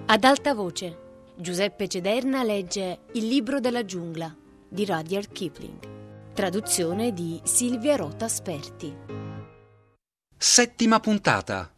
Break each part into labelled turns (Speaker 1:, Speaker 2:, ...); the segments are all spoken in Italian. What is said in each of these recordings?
Speaker 1: Ad alta voce, Giuseppe Cederna legge Il libro della giungla di Rudyard Kipling. Traduzione di Silvia Rota Sperti.
Speaker 2: 7ª puntata.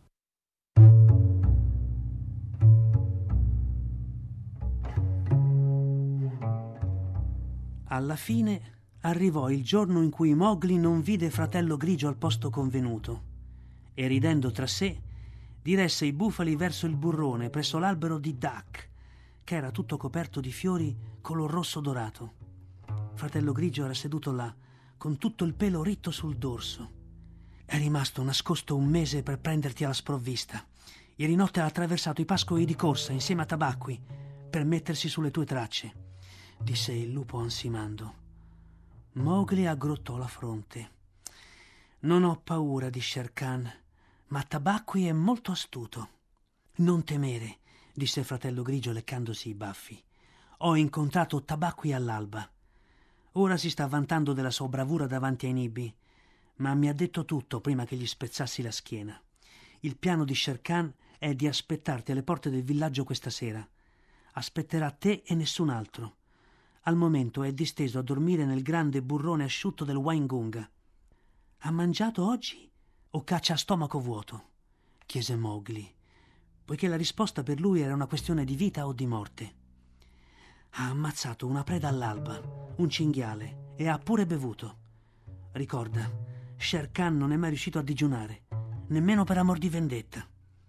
Speaker 3: Alla fine arrivò il giorno in cui Mowgli non vide fratello grigio al posto convenuto e, ridendo tra sé, diresse i bufali verso il burrone presso l'albero di Dak, che era tutto coperto di fiori color rosso dorato. Fratello grigio era seduto là, con tutto il pelo ritto sul dorso. È rimasto nascosto un mese per prenderti alla sprovvista. Ieri notte ha attraversato i pascoli di corsa insieme a Tabacqui per mettersi sulle tue tracce, disse il lupo ansimando. Mowgli aggrottò la fronte. Non ho paura di Shere Khan, ma Tabacqui è molto astuto. Non temere, disse fratello grigio leccandosi i baffi. Ho incontrato Tabacqui all'alba. Ora si sta vantando della sua bravura davanti ai Nibbi, ma mi ha detto tutto prima che gli spezzassi la schiena. Il piano di Shere Khan è di aspettarti alle porte del villaggio questa sera. Aspetterà te e nessun altro. Al momento è disteso a dormire nel grande burrone asciutto del Waingunga. Ha mangiato oggi o caccia a stomaco vuoto? Chiese Mowgli, poiché la risposta per lui era una questione di vita o di morte. Ha ammazzato una preda all'alba, un cinghiale, e ha pure bevuto. Ricorda, Shere Khan non è mai riuscito a digiunare, nemmeno per amor di vendetta.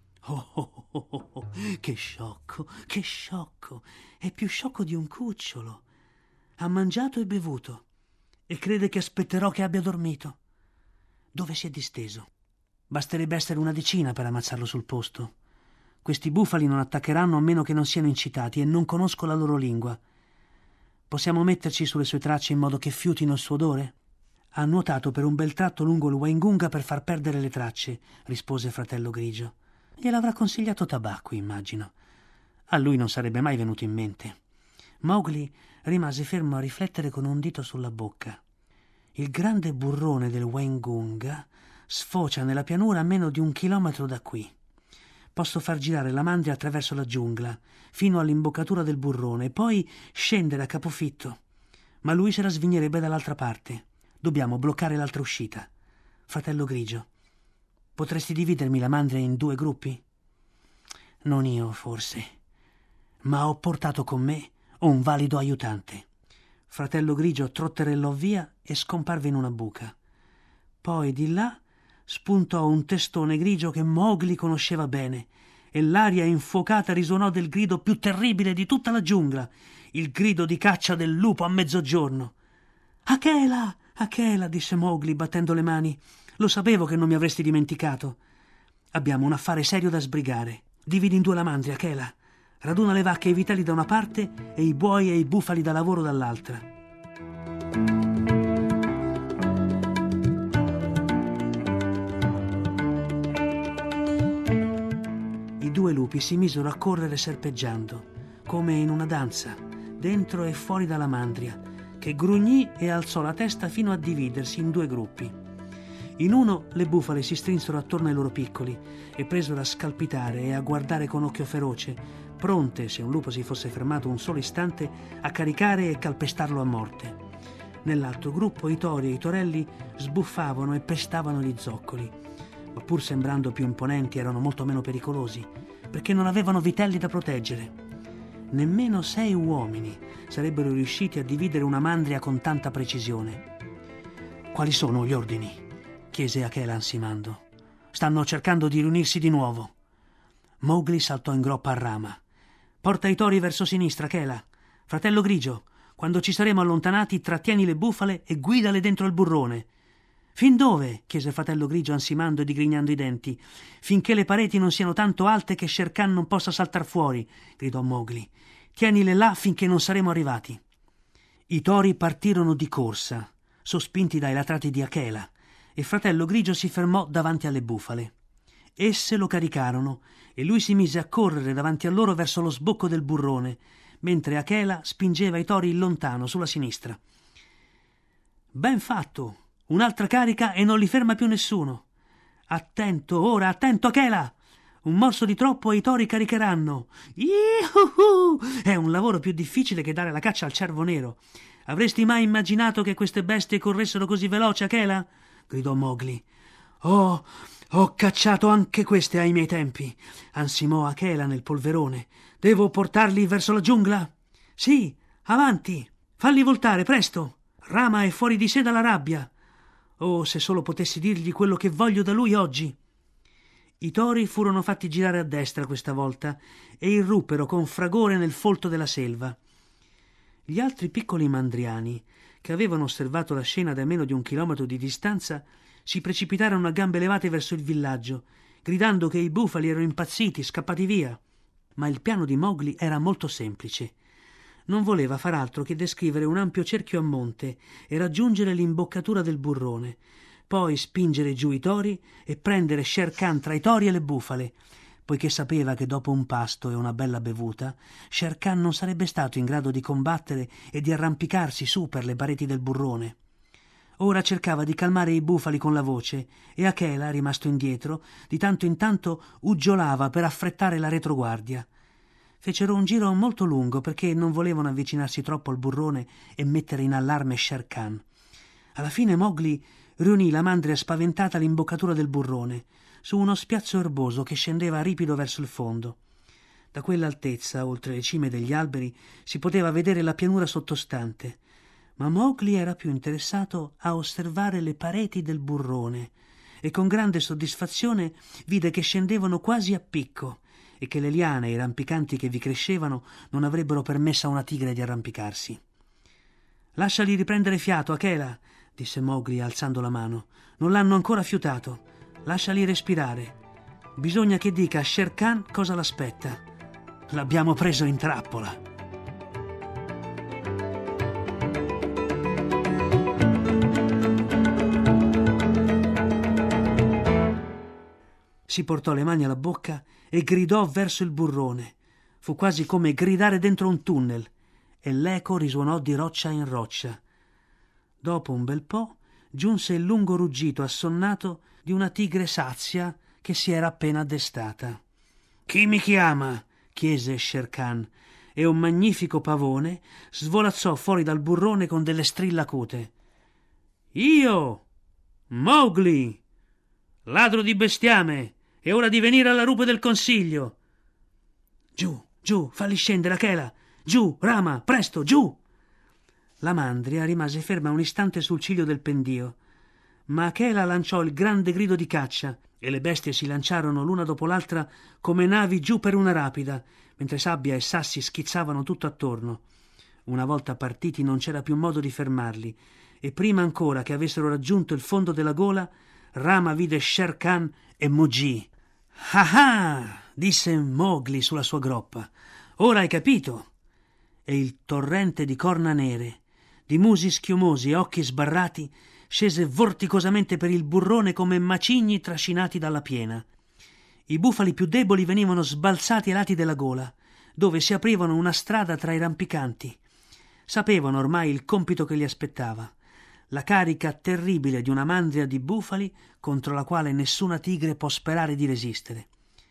Speaker 3: Oh, che sciocco, che sciocco! È più sciocco di un cucciolo. Ha mangiato e bevuto e crede che aspetterò che abbia dormito. Dove si è disteso? Basterebbe essere una decina per ammazzarlo sul posto. Questi bufali non attaccheranno a meno che non siano incitati e non conosco la loro lingua. Possiamo metterci sulle sue tracce in modo che fiutino il suo odore? Ha nuotato per un bel tratto lungo il Waingunga per far perdere le tracce, rispose fratello grigio. Gliel'avrà consigliato Tabacqui, immagino. A lui non sarebbe mai venuto in mente. Mowgli rimase fermo a riflettere con un dito sulla bocca. Il grande burrone del Waingunga sfocia nella pianura a meno di 1 chilometro da qui. Posso far girare la mandria attraverso la giungla, fino all'imboccatura del burrone, e poi scendere a capofitto. Ma lui se la svignerebbe dall'altra parte. Dobbiamo bloccare l'altra uscita. Fratello grigio, potresti dividermi la mandria in 2 gruppi? Non io, forse, ma ho portato con me un valido aiutante. Fratello grigio trotterellò via e scomparve in una buca. Poi di là spuntò un testone grigio che Mowgli conosceva bene e l'aria infuocata risuonò del grido più terribile di tutta la giungla, il grido di caccia del lupo a mezzogiorno. Akela, Akela, disse Mowgli battendo le mani. Lo sapevo che non mi avresti dimenticato. Abbiamo un affare serio da sbrigare. Dividi in 2 la mandria, Akela. Raduna le vacche e i vitelli da una parte e i buoi e i bufali da lavoro dall'altra. I 2 lupi si misero a correre serpeggiando, come in una danza, dentro e fuori dalla mandria, che grugnì e alzò la testa fino a dividersi in 2 gruppi. In uno le bufale si strinsero attorno ai loro piccoli e presero a scalpitare e a guardare con occhio feroce, pronte, se un lupo si fosse fermato un solo istante, a caricare e calpestarlo a morte. Nell'altro gruppo i tori e i torelli sbuffavano e pestavano gli zoccoli, ma pur sembrando più imponenti erano molto meno pericolosi, perché non avevano vitelli da proteggere. Nemmeno 6 uomini sarebbero riusciti a dividere una mandria con tanta precisione. Quali sono gli ordini? Chiese Akela ansimando. Stanno cercando di riunirsi di nuovo. Mowgli saltò in groppa a rama. Porta i tori verso sinistra, Akela. Fratello grigio, quando ci saremo allontanati, trattieni le bufale e guidale dentro il burrone. Fin dove? Chiese fratello grigio ansimando e digrignando i denti. Finché le pareti non siano tanto alte che Shere Khan non possa saltar fuori, gridò Mowgli. Tienile là finché non saremo arrivati. I tori partirono di corsa, sospinti dai latrati di Akela, e fratello grigio si fermò davanti alle bufale. Esse lo caricarono e lui si mise a correre davanti a loro verso lo sbocco del burrone, mentre Akela spingeva i tori in lontano sulla sinistra. Ben fatto! Un'altra carica e non li ferma più nessuno. Attento, ora, attento, Akela! Un morso di troppo e i tori caricheranno. Iuhu! È un lavoro più difficile che dare la caccia al cervo nero. Avresti mai immaginato che queste bestie corressero così veloci, Akela? Gridò Mowgli. Oh, ho cacciato anche queste ai miei tempi, ansimò Akela nel polverone. Devo portarli verso la giungla? Sì, avanti, falli voltare, presto. Rama è fuori di sé dalla rabbia. Oh, se solo potessi dirgli quello che voglio da lui oggi. I tori furono fatti girare a destra questa volta e irruppero con fragore nel folto della selva. Gli altri piccoli mandriani, che avevano osservato la scena da meno di 1 chilometro di distanza, si precipitarono a gambe levate verso il villaggio, gridando che i bufali erano impazziti, scappati via. Ma il piano di Mowgli era molto semplice. Non voleva far altro che descrivere un ampio cerchio a monte e raggiungere l'imboccatura del burrone, poi spingere giù i tori e prendere Shere Khan tra i tori e le bufale, poiché sapeva che dopo un pasto e una bella bevuta Shere Khan non sarebbe stato in grado di combattere e di arrampicarsi su per le pareti del burrone. Ora cercava di calmare i bufali con la voce e Akela, rimasto indietro, di tanto in tanto uggiolava per affrettare la retroguardia. Fecero un giro molto lungo perché non volevano avvicinarsi troppo al burrone e mettere in allarme Shere Khan. Alla fine Mowgli riunì la mandria spaventata all'imboccatura del burrone, su uno spiazzo erboso che scendeva ripido verso il fondo. Da quell'altezza, oltre le cime degli alberi, si poteva vedere la pianura sottostante, ma Mowgli era più interessato a osservare le pareti del burrone e con grande soddisfazione vide che scendevano quasi a picco e che le liane e i rampicanti che vi crescevano non avrebbero permesso a una tigre di arrampicarsi. «Lasciali riprendere fiato, Akela», disse Mowgli alzando la mano. «Non l'hanno ancora fiutato. Lasciali respirare. Bisogna che dica a Shere Khan cosa l'aspetta. L'abbiamo preso in trappola». Si portò le mani alla bocca e gridò verso il burrone. Fu quasi come gridare dentro un tunnel e l'eco risuonò di roccia in roccia. Dopo un bel po' giunse il lungo ruggito assonnato di una tigre sazia che si era appena addestata. «Chi mi chiama?» chiese Shere Khan, e un magnifico pavone svolazzò fuori dal burrone con delle strilla acute. «Io, Mowgli, ladro di bestiame, è ora di venire alla rupe del consiglio!» «Giù, giù, falli scendere, Akela! Giù, Rama, presto, giù!» La mandria rimase ferma un istante sul ciglio del pendio, ma Akela lanciò il grande grido di caccia e le bestie si lanciarono l'una dopo l'altra come navi giù per una rapida, mentre sabbia e sassi schizzavano tutto attorno. Una volta partiti non c'era più modo di fermarli, e prima ancora che avessero raggiunto il fondo della gola, Rama vide Shere Khan e muggì. «Ah ah!» disse Mowgli sulla sua groppa. «Ora hai capito?» E il torrente di corna nere, di musi schiumosi e occhi sbarrati, scese vorticosamente per il burrone come macigni trascinati dalla piena. I bufali più deboli venivano sbalzati ai lati della gola, dove si aprivano una strada tra i rampicanti. Sapevano ormai il compito che li aspettava, la carica terribile di una mandria di bufali contro la quale nessuna tigre può sperare di resistere.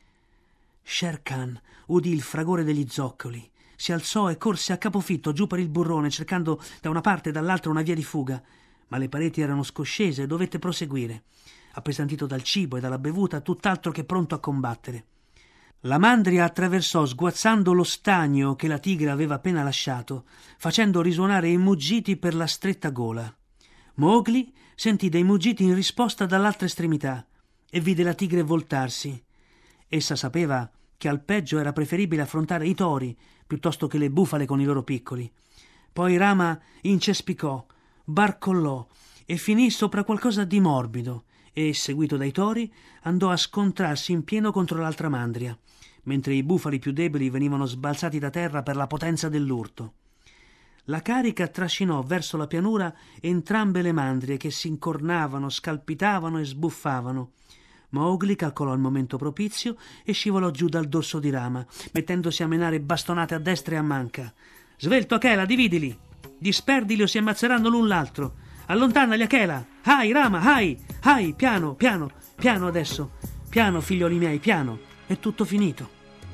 Speaker 3: Shere Khan udì il fragore degli zoccoli, si alzò e corse a capofitto giù per il burrone, cercando da una parte e dall'altra una via di fuga, ma le pareti erano scoscese e dovette proseguire, appesantito dal cibo e dalla bevuta, tutt'altro che pronto a combattere. La mandria attraversò sguazzando lo stagno che la tigre aveva appena lasciato, facendo risuonare i muggiti per la stretta gola. Mowgli sentì dei muggiti in risposta dall'altra estremità e vide la tigre voltarsi. Essa sapeva che al peggio era preferibile affrontare i tori piuttosto che le bufale con i loro piccoli. Poi Rama incespicò, barcollò e finì sopra qualcosa di morbido e, seguito dai tori, andò a scontrarsi in pieno contro l'altra mandria, mentre i bufali più deboli venivano sbalzati da terra per la potenza dell'urto. La carica trascinò verso la pianura entrambe le mandrie che si incornavano, scalpitavano e sbuffavano. Mowgli calcolò il momento propizio e scivolò giù dal dorso di Rama, mettendosi a menare bastonate a destra e a manca. «Svelto, Akela, dividili! Disperdili o si ammazzeranno l'un l'altro! Allontanali, Akela! Hai, Rama, hai! Hai, piano, piano, piano adesso! Piano, figlioli miei, piano! è tutto finito.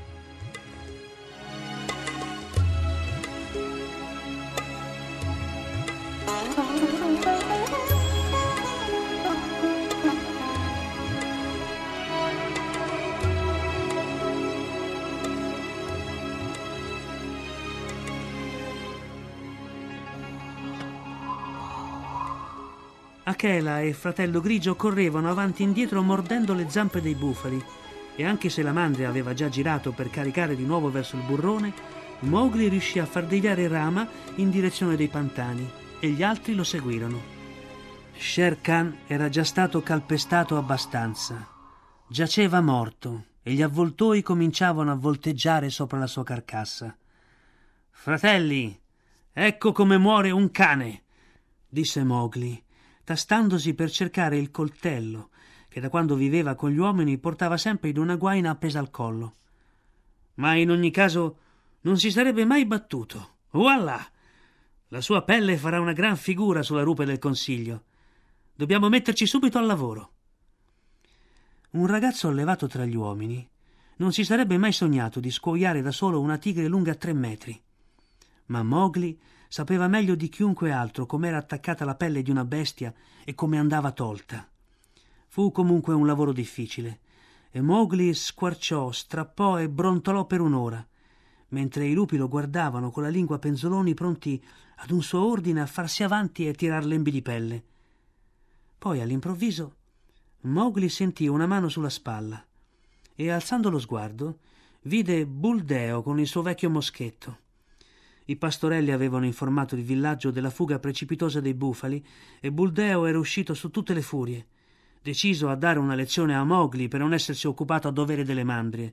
Speaker 3: Akela e fratello Grigio correvano avanti e indietro mordendo le zampe dei bufali, e anche se la mandria aveva già girato per caricare di nuovo verso il burrone, Mowgli riuscì a far deviare Rama in direzione dei pantani e gli altri lo seguirono. Shere Khan era già stato calpestato abbastanza. Giaceva morto e gli avvoltoi cominciavano a volteggiare sopra la sua carcassa. «Fratelli, ecco come muore un cane», disse Mowgli, tastandosi per cercare il coltello che da quando viveva con gli uomini portava sempre in una guaina appesa al collo. Ma in ogni caso non si sarebbe mai battuto. Voilà! La sua pelle farà una gran figura sulla rupe del consiglio. Dobbiamo metterci subito al lavoro. Un ragazzo allevato tra gli uomini non si sarebbe mai sognato di scuoiare da solo una tigre lunga 3 metri. Ma Mowgli sapeva meglio di chiunque altro com'era attaccata la pelle di una bestia e come andava tolta. Fu comunque un lavoro difficile, e Mowgli squarciò, strappò e brontolò per un'ora, mentre i lupi lo guardavano con la lingua penzoloni pronti ad un suo ordine a farsi avanti e tirar lembi di pelle. Poi all'improvviso Mowgli sentì una mano sulla spalla e, alzando lo sguardo, vide Buldeo con il suo vecchio moschetto. I pastorelli avevano informato il villaggio della fuga precipitosa dei bufali e Buldeo era uscito su tutte le furie, deciso a dare una lezione a Mowgli per non essersi occupato a dovere delle mandrie.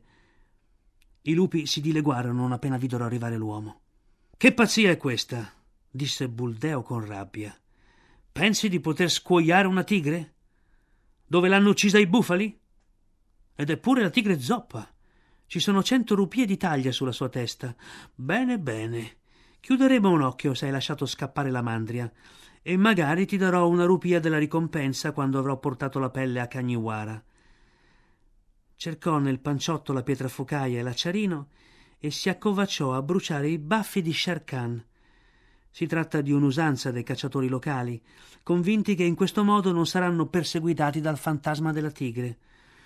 Speaker 3: I lupi si dileguarono non appena videro arrivare l'uomo. «Che pazzia è questa?» disse Buldeo con rabbia. «Pensi di poter scuoiare una tigre? Dove l'hanno uccisa i bufali? Ed è pure la tigre zoppa. Ci sono 100 rupie di taglia sulla sua testa. Bene, bene. Chiuderemo un occhio se hai lasciato scappare la mandria, e magari ti darò una rupia della ricompensa quando avrò portato la pelle a Kagniwara». Cercò nel panciotto la pietrafocaia e l'acciarino e si accovacciò a bruciare i baffi di Shere Khan. Si tratta di un'usanza dei cacciatori locali, convinti che in questo modo non saranno perseguitati dal fantasma della tigre.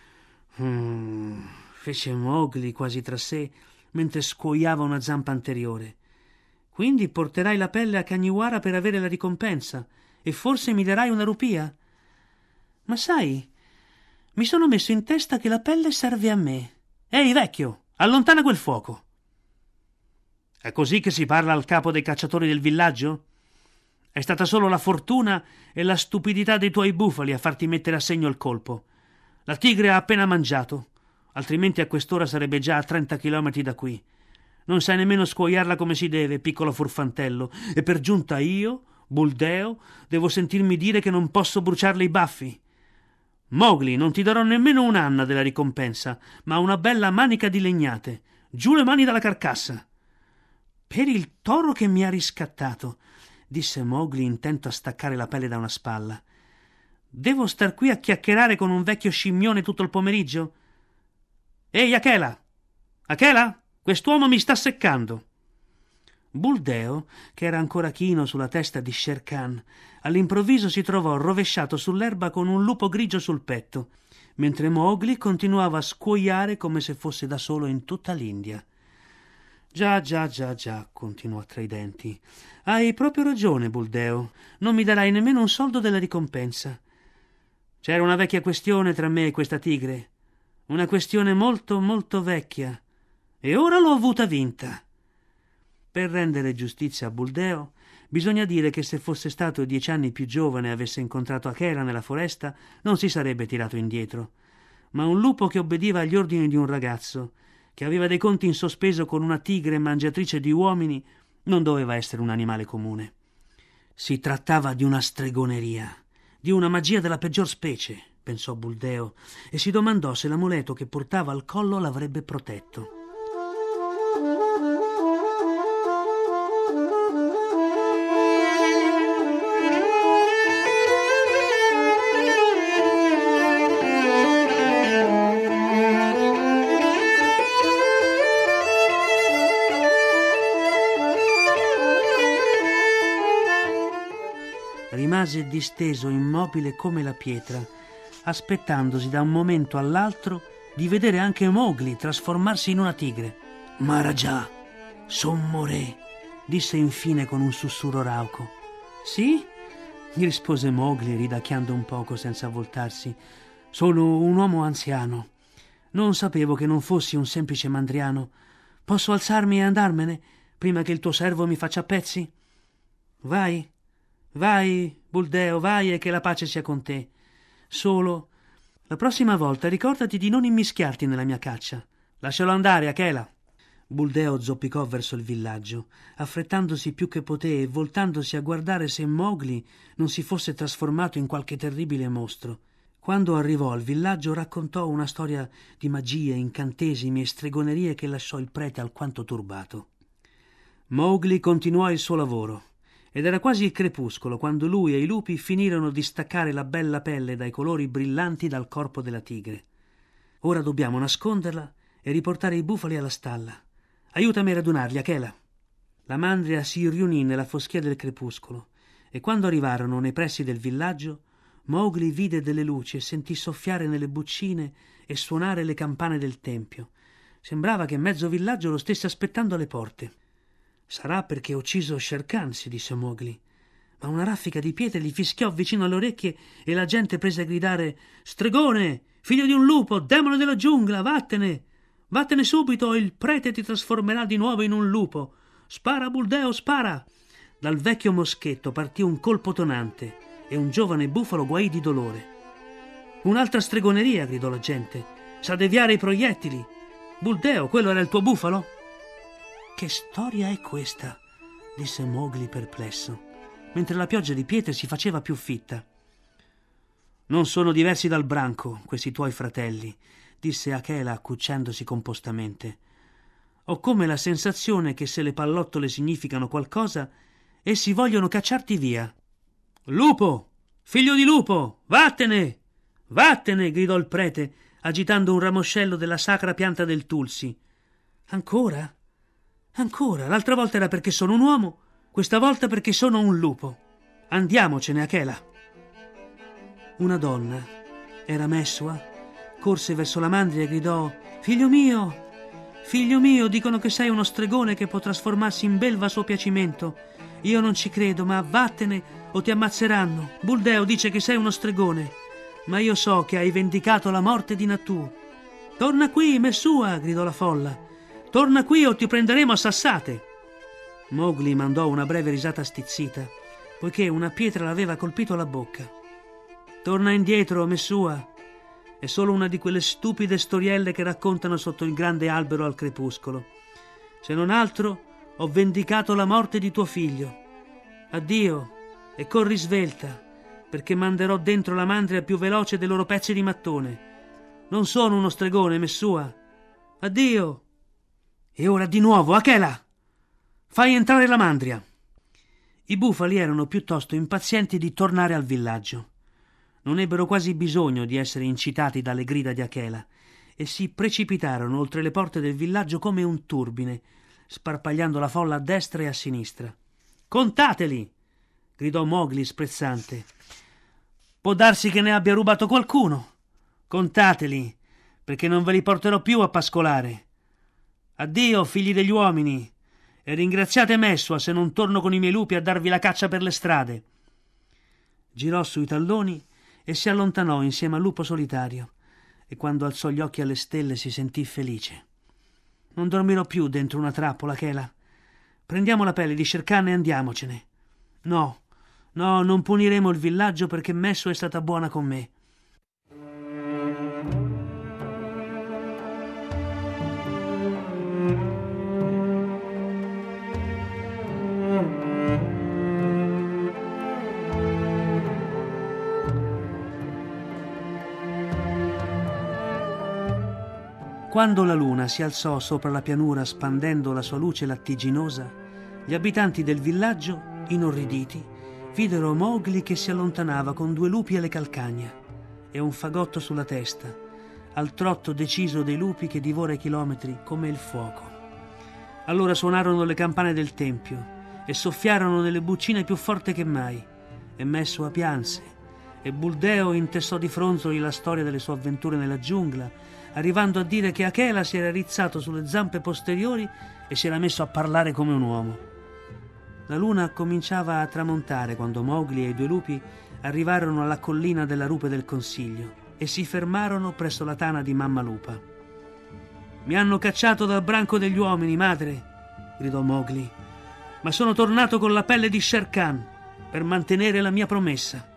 Speaker 3: Fece Mowgli quasi tra sé mentre scuoiava una zampa anteriore. «Quindi porterai la pelle a Kagniwara per avere la ricompensa e forse mi darai una rupia? Ma sai, mi sono messo in testa che la pelle serve a me. Ehi, vecchio, allontana quel fuoco!» «È così che si parla al capo dei cacciatori del villaggio? È stata solo la fortuna e la stupidità dei tuoi bufali a farti mettere a segno il colpo. La tigre ha appena mangiato, altrimenti a quest'ora sarebbe già a 30 chilometri da qui. Non sai nemmeno scuoiarla come si deve, piccolo furfantello, e per giunta io, Buldeo, devo sentirmi dire che non posso bruciarle i baffi. Mowgli, non ti darò nemmeno un'anna della ricompensa, ma una bella manica di legnate. Giù le mani dalla carcassa!» «Per il toro che mi ha riscattato», disse Mowgli intento a staccare la pelle da una spalla. «Devo star qui a chiacchierare con un vecchio scimmione tutto il pomeriggio? Ehi, Akela! Akela! Quest'uomo mi sta seccando!» Buldeo, che era ancora chino sulla testa di Shere Khan, all'improvviso si trovò rovesciato sull'erba con un lupo grigio sul petto, mentre Mowgli continuava a scuoiare come se fosse da solo in tutta l'India. Già, continuò tra i denti. «Hai proprio ragione, Buldeo. Non mi darai nemmeno un soldo della ricompensa. C'era una vecchia questione tra me e questa tigre. Una questione molto, molto vecchia. E ora l'ho avuta vinta». Per rendere giustizia a Buldeo, bisogna dire che se fosse stato 10 anni più giovane e avesse incontrato Akela nella foresta, non si sarebbe tirato indietro. Ma un lupo che obbediva agli ordini di un ragazzo, che aveva dei conti in sospeso con una tigre mangiatrice di uomini, non doveva essere un animale comune. Si trattava di una stregoneria, di una magia della peggior specie, pensò Buldeo, e si domandò se l'amuleto che portava al collo l'avrebbe protetto. rimase disteso immobile come la pietra, aspettandosi da un momento all'altro di vedere anche Mowgli trasformarsi in una tigre. «Maharaja, son moré», disse infine con un sussurro rauco. «Sì?» gli rispose Mowgli, ridacchiando un poco senza voltarsi. «Sono un uomo anziano. Non sapevo che non fossi un semplice mandriano. Posso alzarmi e andarmene prima che il tuo servo mi faccia a pezzi?» «Vai, vai, Buldeo, vai, e che la pace sia con te. Solo, la prossima volta ricordati di non immischiarti nella mia caccia. Lascialo andare, Akela». Buldeo zoppicò verso il villaggio, affrettandosi più che poté e voltandosi a guardare se Mowgli non si fosse trasformato in qualche terribile mostro. Quando arrivò al villaggio raccontò una storia di magie, incantesimi e stregonerie che lasciò il prete alquanto turbato. Mowgli continuò il suo lavoro ed era quasi il crepuscolo quando lui e i lupi finirono di staccare la bella pelle dai colori brillanti dal corpo della tigre. «Ora dobbiamo nasconderla e riportare i bufali alla stalla. Aiutami a radunarli, Akela». La mandria si riunì nella foschia del crepuscolo e quando arrivarono nei pressi del villaggio, Mowgli vide delle luci e sentì soffiare nelle buccine e suonare le campane del tempio. Sembrava che mezzo villaggio lo stesse aspettando alle porte. «Sarà perché ho ucciso Shere Khan», si disse Mowgli, ma una raffica di pietre gli fischiò vicino alle orecchie e la gente prese a gridare: «Stregone, figlio di un lupo, demone della giungla, vattene! Vattene subito o il prete ti trasformerà di nuovo in un lupo! Spara, Buldeo, spara!» Dal vecchio moschetto partì un colpo tonante e un giovane bufalo guaì di dolore. «Un'altra stregoneria!» gridò la gente. «Sa deviare i proiettili! Buldeo, quello era il tuo bufalo?» «Che storia è questa?» disse Mowgli perplesso, mentre la pioggia di pietre si faceva più fitta. «Non sono diversi dal branco, questi tuoi fratelli», disse Akela accuccendosi compostamente. «Ho come la sensazione che se le pallottole significano qualcosa, essi vogliono cacciarti via». «Lupo! Figlio di lupo! Vattene! Vattene!» gridò il prete, agitando un ramoscello della sacra pianta del tulsi. «Ancora? Ancora? L'altra volta era perché sono un uomo, questa volta perché sono un lupo. Andiamocene, Akela». Una donna, era Messua, corse verso la mandria e gridò: Figlio mio, dicono che sei uno stregone che può trasformarsi in belva a suo piacimento. Io non ci credo, ma vattene o ti ammazzeranno. Buldeo dice che sei uno stregone, ma io so che hai vendicato la morte di Natù». «Torna qui, Messua!» gridò la folla. «Torna qui o ti prenderemo a sassate!» Mowgli mandò una breve risata stizzita, poiché una pietra l'aveva colpito alla bocca. «Torna indietro, Messua! È solo una di quelle stupide storielle che raccontano sotto il grande albero al crepuscolo. Se non altro, ho vendicato la morte di tuo figlio. Addio e corri svelta, perché manderò dentro la mandria più veloce dei loro pezzi di mattone. Non sono uno stregone, Messua. Addio!» «E ora di nuovo, Akela! Fai entrare la mandria!» I bufali erano piuttosto impazienti di tornare al villaggio. Non ebbero quasi bisogno di essere incitati dalle grida di Akela e si precipitarono oltre le porte del villaggio come un turbine, sparpagliando la folla a destra e a sinistra. «Contateli!» gridò Mowgli sprezzante. «Può darsi che ne abbia rubato qualcuno. Contateli, perché non ve li porterò più a pascolare. Addio, figli degli uomini, e ringraziate Messua se non torno con i miei lupi a darvi la caccia per le strade». Girò sui talloni e si allontanò insieme al lupo solitario, e quando alzò gli occhi alle stelle si sentì felice. «Non dormirò più dentro una trappola, Akela. Prendiamo la pelle di Shere Khan e andiamocene. No, non puniremo il villaggio perché Messua è stata buona con me». Quando la luna si alzò sopra la pianura spandendo la sua luce lattiginosa, gli abitanti del villaggio, inorriditi, videro Mowgli che si allontanava con 2 lupi alle calcagna e un fagotto sulla testa, al trotto deciso dei lupi che divora i chilometri come il fuoco. Allora suonarono le campane del tempio e soffiarono nelle buccine più forte che mai, e Messua pianse, e Buldeo intessò di fronzoli la storia delle sue avventure nella giungla, arrivando a dire che Akela si era rizzato sulle zampe posteriori e si era messo a parlare come un uomo. La luna cominciava a tramontare quando Mowgli e i 2 lupi arrivarono alla collina della rupe del consiglio e si fermarono presso la tana di Mamma Lupa. «Mi hanno cacciato dal branco degli uomini, madre!» gridò Mowgli. «Ma sono tornato con la pelle di Shere Khan per mantenere la mia promessa!»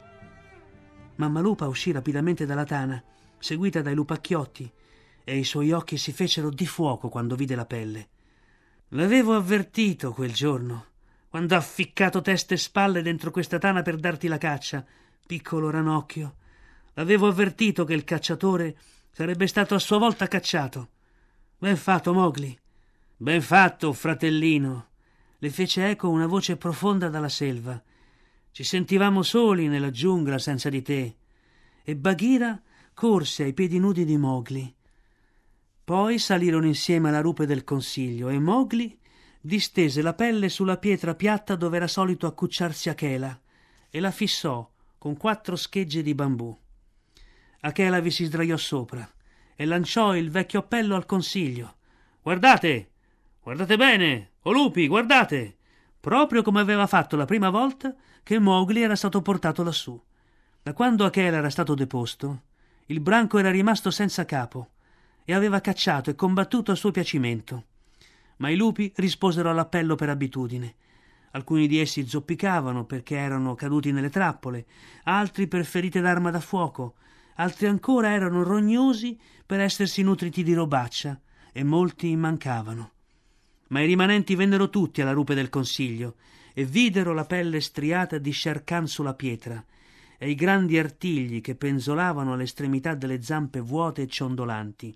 Speaker 3: Mamma Lupa uscì rapidamente dalla tana, seguita dai lupacchiotti, e i suoi occhi si fecero di fuoco quando vide la pelle. «L'avevo avvertito quel giorno, quando ha ficcato testa e spalle dentro questa tana per darti la caccia, piccolo ranocchio. L'avevo avvertito che il cacciatore sarebbe stato a sua volta cacciato. Ben fatto, Mowgli. Ben fatto, fratellino!» le fece eco una voce profonda dalla selva. «Ci sentivamo soli nella giungla senza di te». E Bagheera corse ai piedi nudi di Mowgli. Poi salirono insieme alla rupe del consiglio e Mowgli distese la pelle sulla pietra piatta dove era solito accucciarsi Akela e la fissò con 4 schegge di bambù. Akela vi si sdraiò sopra e lanciò il vecchio appello al consiglio. «Guardate! Guardate bene! O lupi, guardate!» proprio come aveva fatto la prima volta che Mowgli era stato portato lassù. Da quando Akela era stato deposto, il branco era rimasto senza capo e aveva cacciato e combattuto a suo piacimento. Ma i lupi risposero all'appello per abitudine. Alcuni di essi zoppicavano perché erano caduti nelle trappole, altri per ferite d'arma da fuoco, altri ancora erano rognosi per essersi nutriti di robaccia, e molti mancavano. Ma i rimanenti vennero tutti alla rupe del consiglio e videro la pelle striata di Shere Khan sulla pietra e i grandi artigli che penzolavano all'estremità delle zampe vuote e ciondolanti.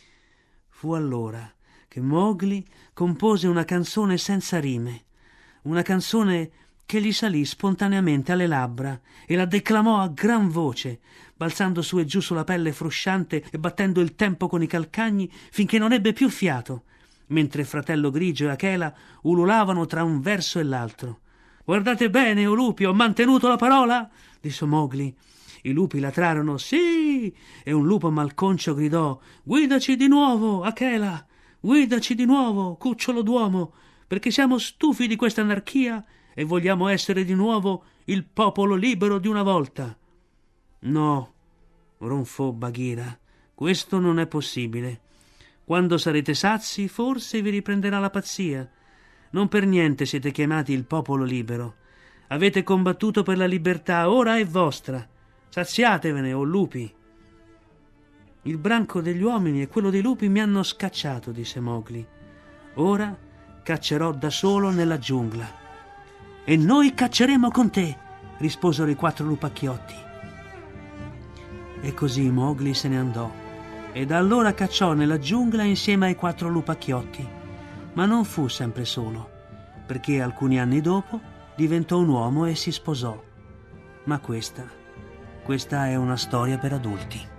Speaker 3: Fu allora che Mowgli compose una canzone senza rime, una canzone che gli salì spontaneamente alle labbra e la declamò a gran voce, balzando su e giù sulla pelle frusciante e battendo il tempo con i calcagni finché non ebbe più fiato, mentre Fratello Grigio e Akela ululavano tra un verso e l'altro. «Guardate bene, o lupi, ho mantenuto la parola!» disse Mowgli. I lupi latrarono «Sì!» e un lupo malconcio gridò «Guidaci di nuovo, Akela! Guidaci di nuovo, cucciolo d'uomo, perché siamo stufi di questa anarchia e vogliamo essere di nuovo il popolo libero di una volta!» «No!» ronfò Bagheera. «Questo non è possibile. Quando sarete sazi, forse vi riprenderà la pazzia. Non per niente siete chiamati il popolo libero. Avete combattuto per la libertà, ora è vostra. Saziatevene, o lupi!» «Il branco degli uomini e quello dei lupi mi hanno scacciato», disse Mowgli. «Ora caccerò da solo nella giungla». «E noi cacceremo con te», risposero i 4 lupacchiotti. E così Mowgli se ne andò e da allora cacciò nella giungla insieme ai 4 lupacchiotti, ma non fu sempre solo, perché alcuni anni dopo diventò un uomo e si sposò. Ma questa è una storia per adulti.